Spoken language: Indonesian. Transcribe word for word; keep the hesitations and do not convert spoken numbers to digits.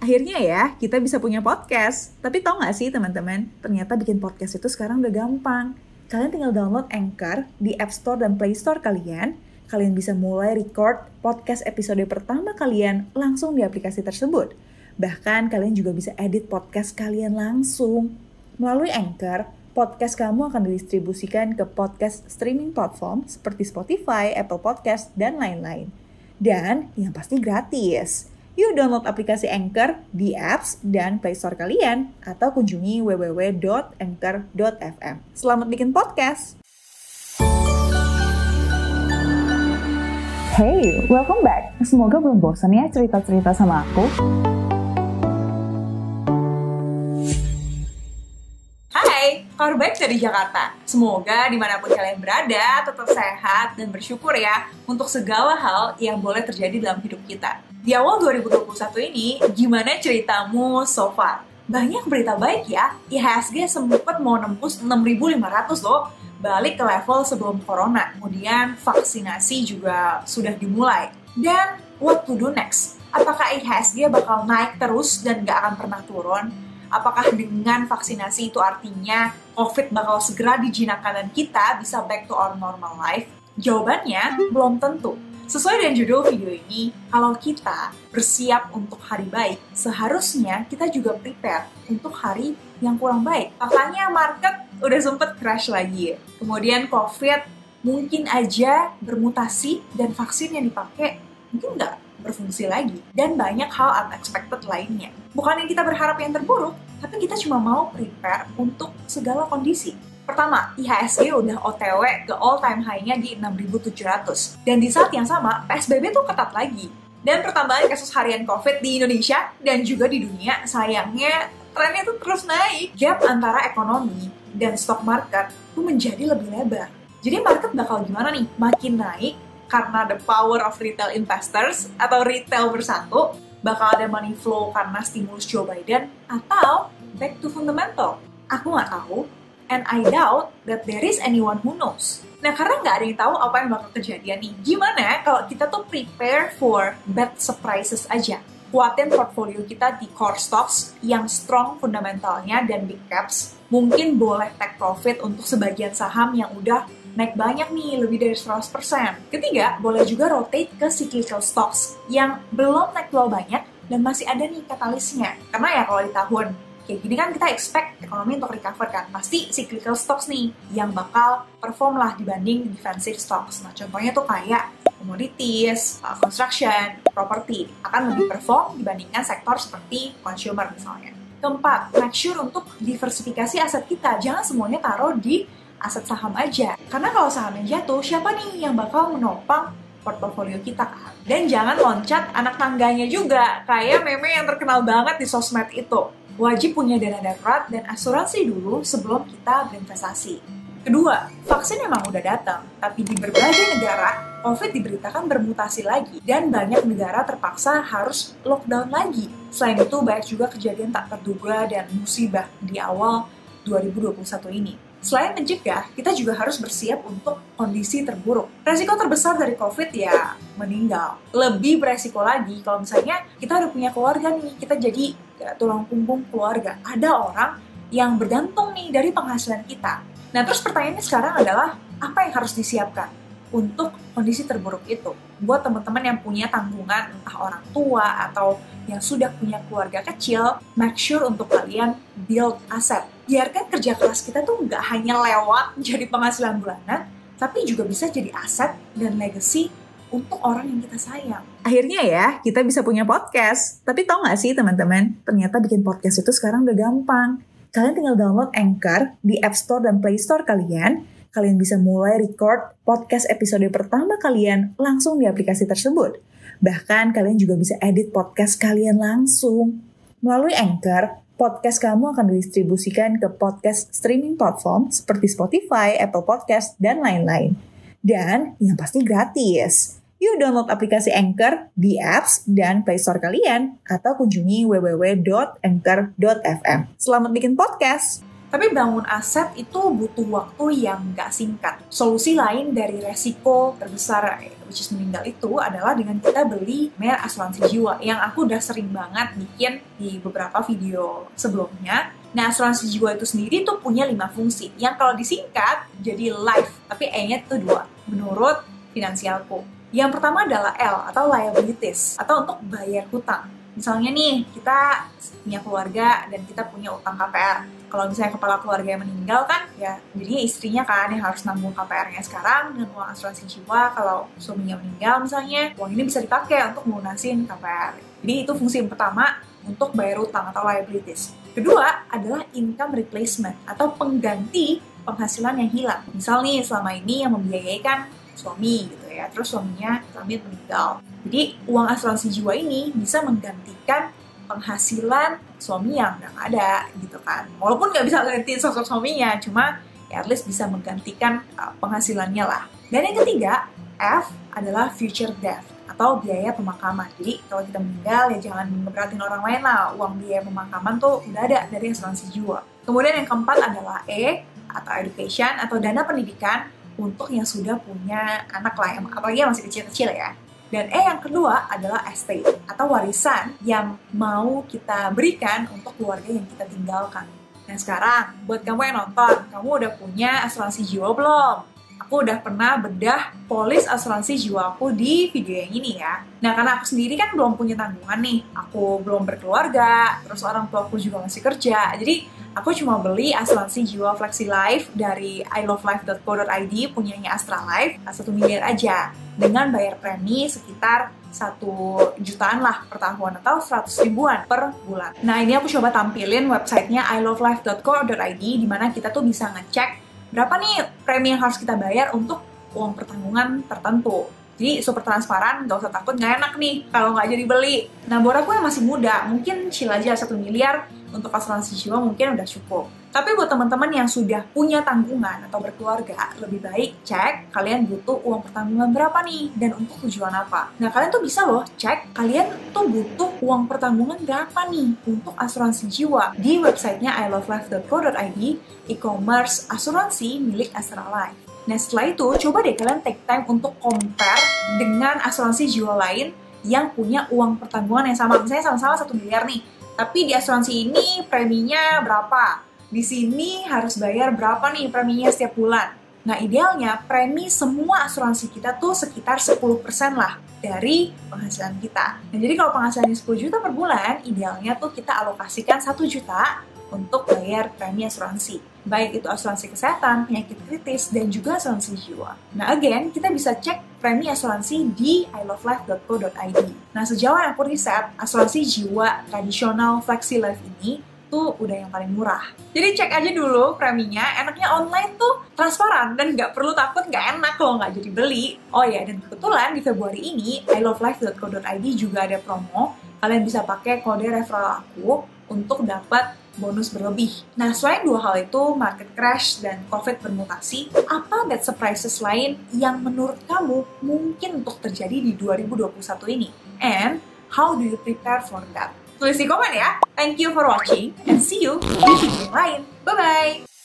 Akhirnya ya, kita bisa punya podcast. Tapi tau gak sih teman-teman, ternyata bikin podcast itu sekarang udah gampang. Kalian tinggal download Anchor di App Store dan Play Store kalian. Kalian bisa mulai record podcast episode pertama kalian langsung di aplikasi tersebut. Bahkan kalian juga bisa edit podcast kalian langsung. Melalui Anchor, podcast kamu akan didistribusikan ke podcast streaming platform seperti Spotify, Apple Podcast, dan lain-lain. Dan yang pasti gratis. Yuk download aplikasi Anchor di apps dan Play Store kalian atau kunjungi w w w dot anchor dot f m. Selamat bikin podcast! Hey, welcome back. Semoga belum bosan ya cerita-cerita sama aku. Hai, kabar baik dari Jakarta. Semoga dimanapun kalian berada tetap sehat dan bersyukur ya untuk segala hal yang boleh terjadi dalam hidup kita. Di awal dua ribu dua puluh satu ini, gimana ceritamu so far? Banyak berita baik ya, I H S G sempat mau nembus enam ribu lima ratus loh, balik ke level sebelum corona. Kemudian vaksinasi juga sudah dimulai. Dan what to do next? Apakah I H S G bakal naik terus dan gak akan pernah turun? Apakah dengan vaksinasi itu artinya COVID bakal segera dijinakkan dan kita bisa back to our normal life? Jawabannya belum tentu. Sesuai dengan judul video ini, kalau kita bersiap untuk hari baik, seharusnya kita juga prepare untuk hari yang kurang baik. Makanya market udah sempet crash lagi. Kemudian COVID mungkin aja bermutasi dan vaksin yang dipakai mungkin nggak berfungsi lagi. Dan banyak hal unexpected lainnya. Bukan yang kita berharap yang terburuk, tapi kita cuma mau prepare untuk segala kondisi. Pertama, I H S G udah O T W ke all time high-nya di enam ribu tujuh ratus. Dan di saat yang sama, P S B B tuh ketat lagi. Dan pertambahan kasus harian COVID di Indonesia dan juga di dunia, sayangnya trennya tuh terus naik. Gap antara ekonomi dan stock market tuh menjadi lebih lebar. Jadi market bakal gimana nih? Makin naik karena the power of retail investors atau retail bersatu, bakal ada money flow karena stimulus Joe Biden, atau back to fundamental. Aku nggak tahu, and I doubt that there is anyone who knows. Nah, karena nggak ada yang tahu apa yang bakal kejadian nih. Gimana kalau kita tuh prepare for bad surprises aja? Kuatin portfolio kita di core stocks yang strong fundamentalnya dan big caps. Mungkin boleh take profit untuk sebagian saham yang udah naik banyak nih, lebih dari seratus persen. Ketiga, boleh juga rotate ke cyclical stocks yang belum naik terlalu banyak dan masih ada nih katalisnya. Karena ya kalau di tahun kayak gini kan kita expect ekonomi untuk recover kan. Pasti cyclical stocks nih yang bakal perform lah dibanding defensive stocks. Nah contohnya tuh kayak commodities, construction, property akan lebih perform dibandingkan sektor seperti consumer misalnya. Keempat, make sure untuk diversifikasi aset kita. Jangan semuanya taruh di aset saham aja. Karena kalau sahamnya jatuh, siapa nih yang bakal menopang portofolio kita kan? Dan jangan loncat anak tangganya juga. Kayak meme yang terkenal banget di sosmed itu. Wajib punya dana darurat dan asuransi dulu sebelum kita berinvestasi. Kedua, vaksin memang udah datang, tapi di berbagai negara, COVID diberitakan bermutasi lagi, dan banyak negara terpaksa harus lockdown lagi. Selain itu, banyak juga kejadian tak terduga dan musibah di awal dua ribu dua puluh satu ini. Selain mencegah, kita juga harus bersiap untuk kondisi terburuk. Resiko terbesar dari COVID ya meninggal. Lebih beresiko lagi kalau misalnya kita udah punya keluarga nih, kita jadi ya, tulang punggung keluarga. Ada orang yang bergantung nih dari penghasilan kita. Nah terus pertanyaannya sekarang adalah, apa yang harus disiapkan untuk kondisi terburuk itu? Buat teman-teman yang punya tanggungan, entah orang tua atau yang sudah punya keluarga kecil, make sure untuk kalian build aset. Biarkan kerja keras kita tuh nggak hanya lewat jadi penghasilan bulanan, tapi juga bisa jadi aset dan legacy untuk orang yang kita sayang. Akhirnya ya, kita bisa punya podcast. Tapi tau gak sih teman-teman, ternyata bikin podcast itu sekarang udah gampang. Kalian tinggal download Anchor di App Store dan Play Store kalian. Kalian bisa mulai record podcast episode pertama kalian langsung di aplikasi tersebut. Bahkan kalian juga bisa edit podcast kalian langsung. Melalui Anchor, podcast kamu akan didistribusikan ke podcast streaming platform seperti Spotify, Apple Podcast, dan lain-lain. Dan yang pasti gratis. Yuk download aplikasi Anchor di apps dan Play Store kalian atau kunjungi w w w dot anchor dot f m. Selamat bikin podcast! Tapi bangun aset itu butuh waktu yang nggak singkat. Solusi lain dari resiko terbesar, which is meninggal itu, adalah dengan kita beli namanya asuransi jiwa, yang aku udah sering banget bikin di beberapa video sebelumnya. Nah, asuransi jiwa itu sendiri tuh punya lima fungsi, yang kalau disingkat jadi life, tapi E-nya itu dua, menurut finansialku. Yang pertama adalah L, atau liabilities, atau untuk bayar hutang. Misalnya nih, kita punya keluarga dan kita punya utang K P R. Kalau misalnya kepala keluarga yang meninggal kan, ya jadinya istrinya kan yang harus nanggung K P R-nya sekarang dengan uang asuransi jiwa. Kalau suaminya meninggal misalnya, uang ini bisa dipakai untuk melunasin K P R. Jadi itu fungsi yang pertama untuk bayar utang atau liabilities. Kedua adalah income replacement atau pengganti penghasilan yang hilang. Misal nih, selama ini yang membiayai kan suami gitu ya, terus suaminya suami meninggal. Jadi uang asuransi jiwa ini bisa menggantikan penghasilan suami yang udah ada gitu kan. Walaupun nggak bisa gantiin sosok suaminya, cuma ya at least bisa menggantikan uh, penghasilannya lah. Dan yang ketiga, F adalah future death atau biaya pemakaman. Jadi kalau kita meninggal ya jangan ngeberatin orang lain lah. Uang biaya pemakaman tuh udah ada dari asuransi jiwa. Kemudian yang keempat adalah E atau education atau dana pendidikan untuk yang sudah punya anak lah, apalagi yang masih kecil-kecil ya. Dan E yang kedua adalah estate atau warisan yang mau kita berikan untuk keluarga yang kita tinggalkan. Nah sekarang, buat kamu yang nonton, kamu udah punya asuransi jiwa belum? Aku udah pernah bedah polis asuransi jiwa aku di video yang ini ya. Nah karena aku sendiri kan belum punya tanggungan nih, aku belum berkeluarga, terus orang tua aku juga masih kerja, jadi aku cuma beli asuransi jiwa Flexi Life dari i love life dot co dot i d punyanya Astra Life satu miliar aja dengan bayar premi sekitar satu jutaan lah per tahun atau seratus ribuan per bulan. Nah ini aku coba tampilin websitenya i love life dot co dot i d di mana kita tuh bisa ngecek berapa nih premi yang harus kita bayar untuk uang pertanggungan tertentu. Jadi super transparan, gak usah takut gak enak nih kalau nggak jadi beli. Nah buat aku yang masih muda, mungkin chill aja satu miliar untuk asuransi jiwa mungkin udah cukup. Tapi buat teman-teman yang sudah punya tanggungan atau berkeluarga, lebih baik cek kalian butuh uang pertanggungan berapa nih dan untuk tujuan apa. Nah kalian tuh bisa loh cek kalian tuh butuh uang pertanggungan berapa nih untuk asuransi jiwa di websitenya i love life dot co dot i d, e-commerce asuransi milik Astra Life. Nah setelah itu, coba deh kalian take time untuk compare dengan asuransi jiwa lain yang punya uang pertanggungan yang sama. Misalnya sama-sama satu miliar nih, tapi di asuransi ini preminya berapa? Di sini harus bayar berapa nih preminya setiap bulan? Nah idealnya premi semua asuransi kita tuh sekitar sepuluh persen lah dari penghasilan kita. Nah jadi kalau penghasilannya sepuluh juta per bulan, idealnya tuh kita alokasikan satu juta untuk bayar premi asuransi. Baik itu asuransi kesehatan, penyakit kritis, dan juga asuransi jiwa. Nah again, kita bisa cek premi asuransi di i love life dot co dot i d. Nah sejauh yang aku riset, asuransi jiwa tradisional Flexi Life ini tuh udah yang paling murah. Jadi cek aja dulu preminya, enaknya online tuh transparan dan nggak perlu takut nggak enak kalau nggak jadi beli. Oh ya, dan kebetulan di Februari ini i love life dot co dot i d juga ada promo. Kalian bisa pakai kode referral aku untuk dapat bonus berlebih. Nah, selain dua hal itu, market crash dan COVID bermutasi, apa bad surprises lain yang menurut kamu mungkin untuk terjadi di dua ribu dua puluh satu ini? And how do you prepare for that? Tulis di komen ya. Thank you for watching and see you di video yang lain. Bye-bye!